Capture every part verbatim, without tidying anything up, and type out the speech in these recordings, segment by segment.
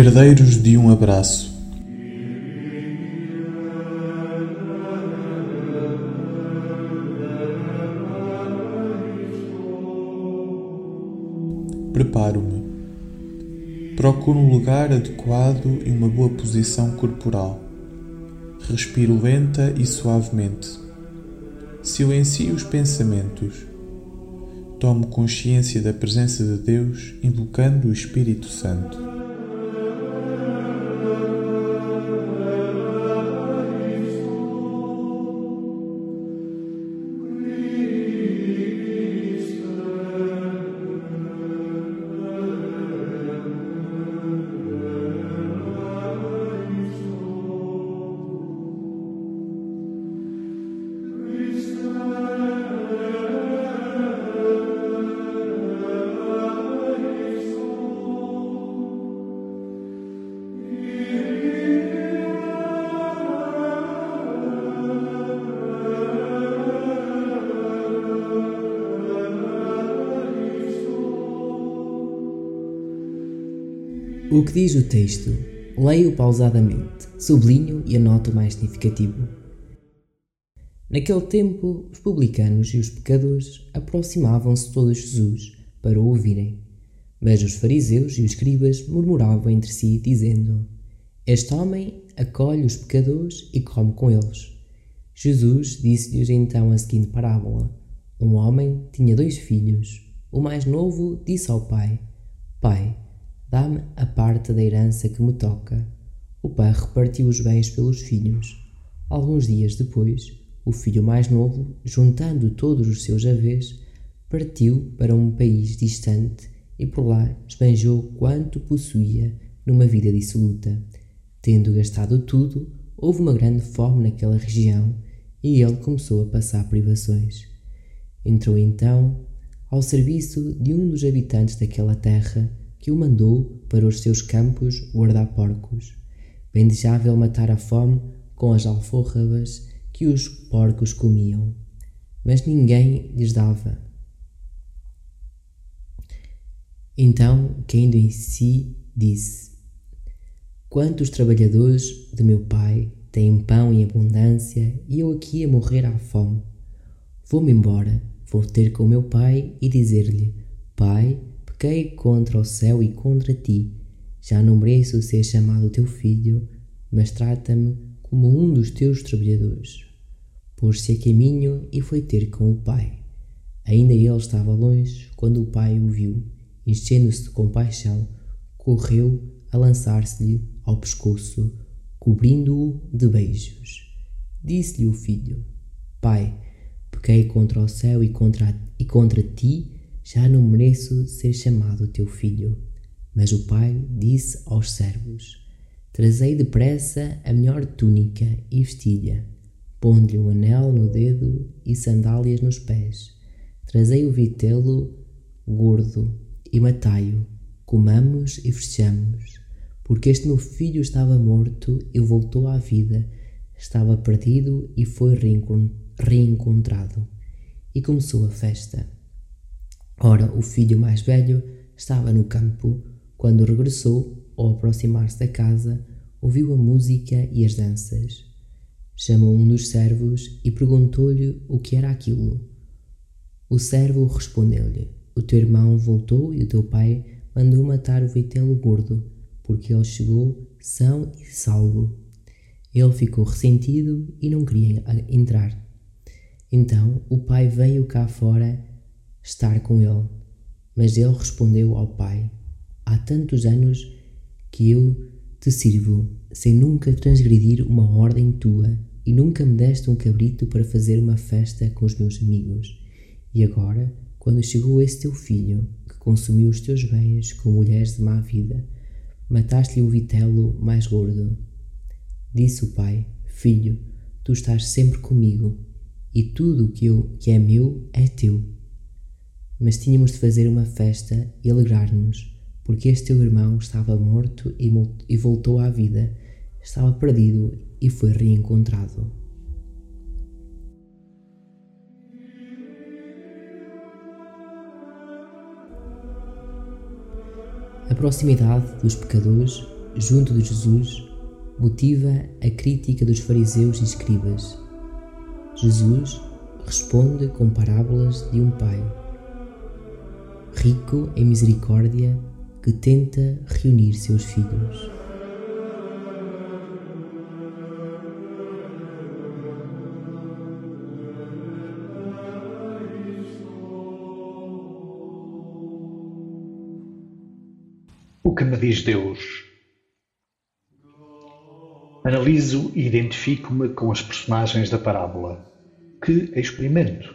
herdeiros de um abraço. Preparo-me. Procuro um lugar adequado e uma boa posição corporal. Respiro lenta e suavemente. Silencio os pensamentos. Tomo consciência da presença de Deus, invocando o Espírito Santo. O que diz o texto? Leio pausadamente, sublinho e anoto o mais significativo. Naquele tempo, os publicanos e os pecadores aproximavam-se todos de Jesus para o ouvirem. Mas os fariseus e os escribas murmuravam entre si, dizendo: Este homem acolhe os pecadores e come com eles. Jesus disse-lhes então a seguinte parábola: Um homem tinha dois filhos. O mais novo disse ao pai: Pai, dá-me a parte da herança que me toca. O pai repartiu os bens pelos filhos. Alguns dias depois, o filho mais novo, juntando todos os seus haveres, partiu para um país distante e por lá esbanjou quanto possuía numa vida dissoluta. Tendo gastado tudo, houve uma grande fome naquela região e ele começou a passar privações. Entrou então ao serviço de um dos habitantes daquela terra, que o mandou para os seus campos guardar porcos. Bem desejável matar a fome com as alforrabas que os porcos comiam, mas ninguém lhes dava. Então, caindo em si, disse: Quantos trabalhadores de meu pai têm pão em abundância e eu aqui a morrer à fome? Vou-me embora, vou ter com meu pai e dizer-lhe: Pai, pequei contra o céu e contra ti. Já não mereço ser chamado teu filho, mas trata-me como um dos teus trabalhadores. Pôs-se a caminho e foi ter com o pai. Ainda ele estava longe quando o pai o viu. Enchendo-se de compaixão, correu a lançar-se-lhe ao pescoço, cobrindo-o de beijos. Disse-lhe o filho: Pai, pequei contra o céu e contra, e contra ti, já não mereço ser chamado teu filho. Mas o pai disse aos servos: Trazei depressa a melhor túnica e vestilha, pondo-lhe um anel no dedo e sandálias nos pés. Trazei o vitelo gordo e matai-o, comamos e festejamos, porque este meu filho estava morto e voltou à vida, estava perdido e foi reencontrado. E começou a festa. Ora, o filho mais velho estava no campo. Quando regressou, ao aproximar-se da casa, ouviu a música e as danças. Chamou um dos servos e perguntou-lhe o que era aquilo. O servo respondeu-lhe: O teu irmão voltou e o teu pai mandou matar o vitelo gordo, porque ele chegou são e salvo. Ele ficou ressentido e não queria entrar. Então o pai veio cá fora estar com ele. Mas ele respondeu ao pai: Há tantos anos que eu te sirvo, sem nunca transgredir uma ordem tua, e nunca me deste um cabrito para fazer uma festa com os meus amigos. E agora, quando chegou esse teu filho, que consumiu os teus bens com mulheres de má vida, mataste-lhe o vitelo mais gordo. Disse o pai: Filho, tu estás sempre comigo, e tudo o que, eu, que é meu é teu. Mas tínhamos de fazer uma festa e alegrar-nos, porque este teu irmão estava morto e voltou à vida, estava perdido e foi reencontrado. A proximidade dos pecadores junto de Jesus, motiva a crítica dos fariseus e escribas. Jesus responde com parábolas de um pai, rico em misericórdia, que tenta reunir seus filhos. O que me diz Deus? Analiso e identifico-me com as personagens da parábola, que experimento.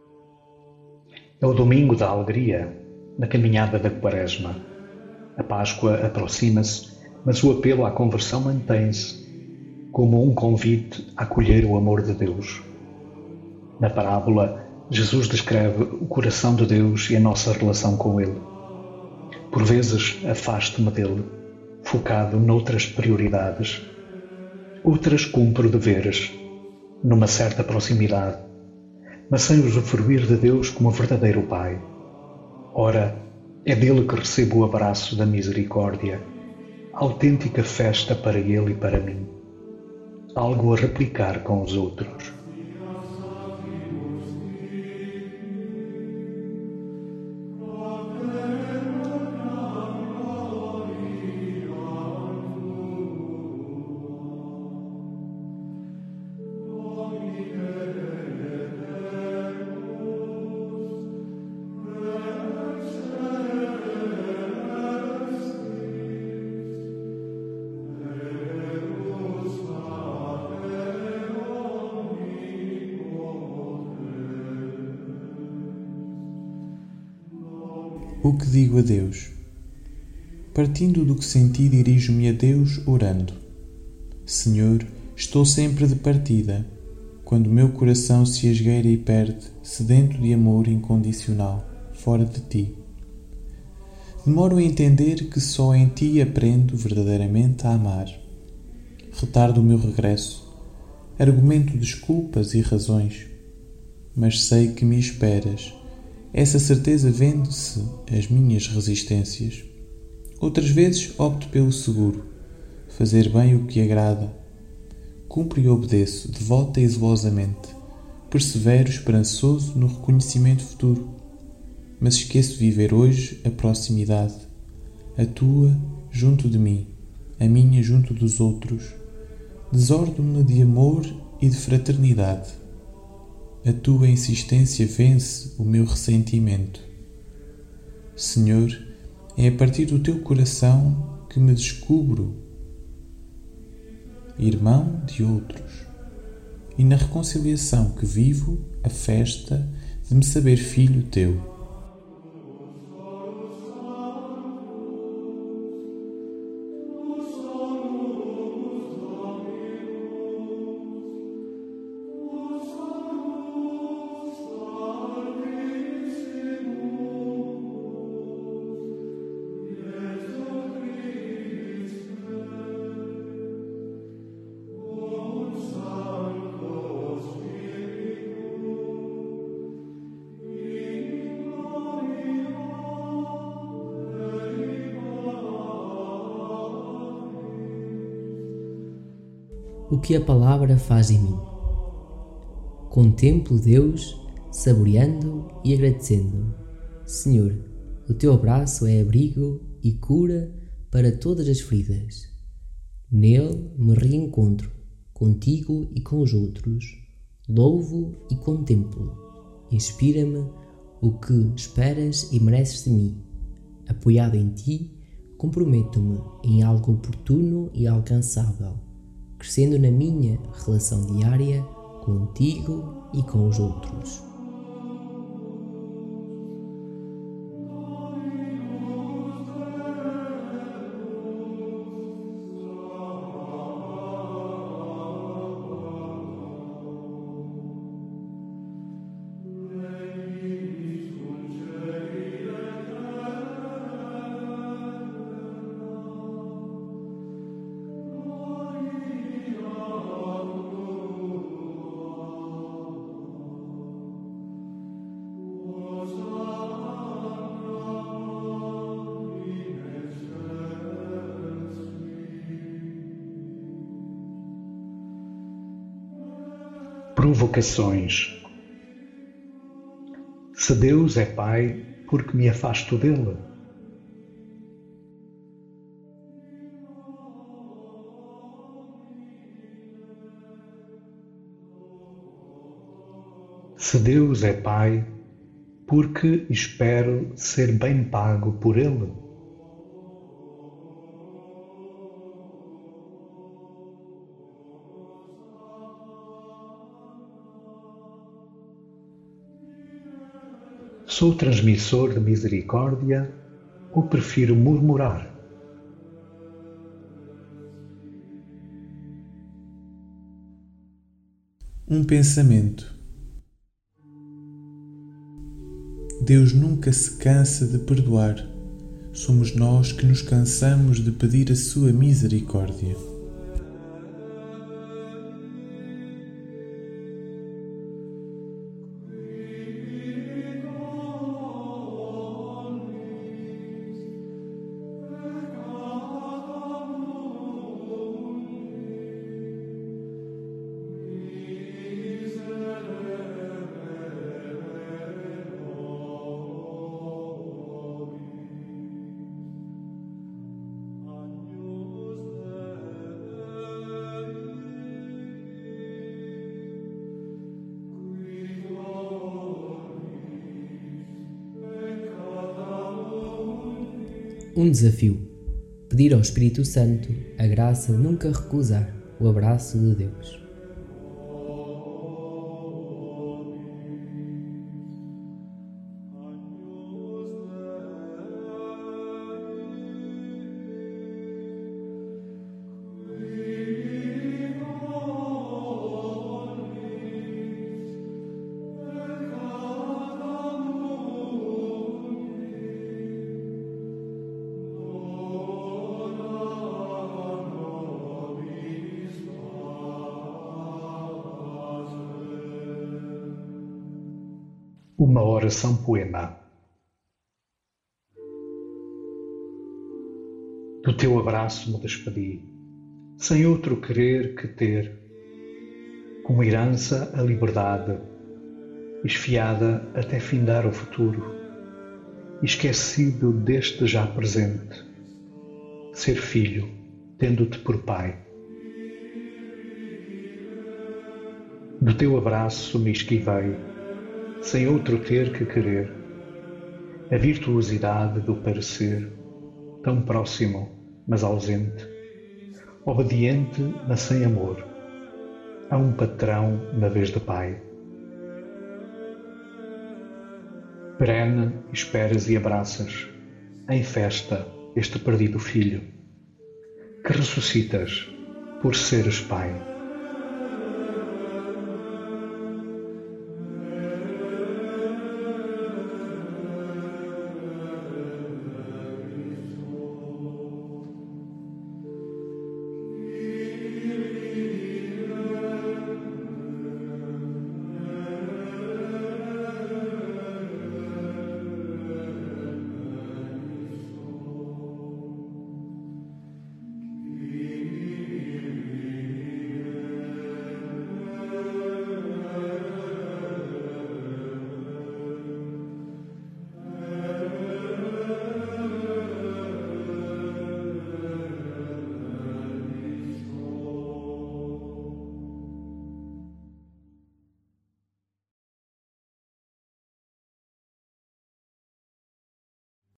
É o domingo da alegria, na caminhada da Quaresma. A Páscoa aproxima-se, mas o apelo à conversão mantém-se, como um convite a acolher o amor de Deus. Na parábola, Jesus descreve o coração de Deus e a nossa relação com Ele. Por vezes afasto-me dele, focado noutras prioridades. Outras cumpro deveres, numa certa proximidade, mas sem usufruir de Deus como verdadeiro Pai. Ora, é dele que recebo o abraço da misericórdia, autêntica festa para ele e para mim, algo a replicar com os outros. O que digo a Deus? Partindo do que senti, dirijo-me a Deus orando. Senhor, estou sempre de partida, quando o meu coração se esgueira e perde, sedento de amor incondicional, fora de Ti. Demoro a entender que só em Ti aprendo verdadeiramente a amar. Retardo o meu regresso, argumento desculpas e razões, mas sei que me esperas. Essa certeza vende-se as minhas resistências. Outras vezes opto pelo seguro, fazer bem o que agrada. Cumpro e obedeço, devota e zelosamente. Persevero esperançoso no reconhecimento futuro. Mas esqueço de viver hoje a proximidade, a tua junto de mim, a minha junto dos outros. Desordo-me de amor e de fraternidade. A tua insistência vence o meu ressentimento. Senhor, é a partir do teu coração que me descubro irmão de outros, e na reconciliação que vivo a festa de me saber filho teu. O que a palavra faz em mim. Contemplo Deus, saboreando e agradecendo. Senhor, o teu abraço é abrigo e cura para todas as feridas. Nele me reencontro, contigo e com os outros. Louvo e contemplo. Inspira-me o que esperas e mereces de mim. Apoiado em ti, comprometo-me em algo oportuno e alcançável, crescendo na minha relação diária contigo e com os outros. Provocações. Se Deus é Pai, por que me afasto dele? Se Deus é Pai, por que espero ser bem pago por Ele? Sou transmissor de misericórdia ou prefiro murmurar? Um pensamento. Deus nunca se cansa de perdoar. Somos nós que nos cansamos de pedir a sua misericórdia. Um desafio. Pedir ao Espírito Santo a graça de nunca recusar o abraço de Deus. Uma oração poema. Do teu abraço me despedi, sem outro querer que ter, como herança a liberdade, esfiada até findar o futuro, esquecido deste já presente, ser filho, tendo-te por pai. Do teu abraço me esquivei, sem outro ter que querer, a virtuosidade do parecer, tão próximo, mas ausente, obediente, mas sem amor, a um patrão na vez de pai. Perene, esperas e abraças, em festa, este perdido filho, que ressuscitas por seres pai.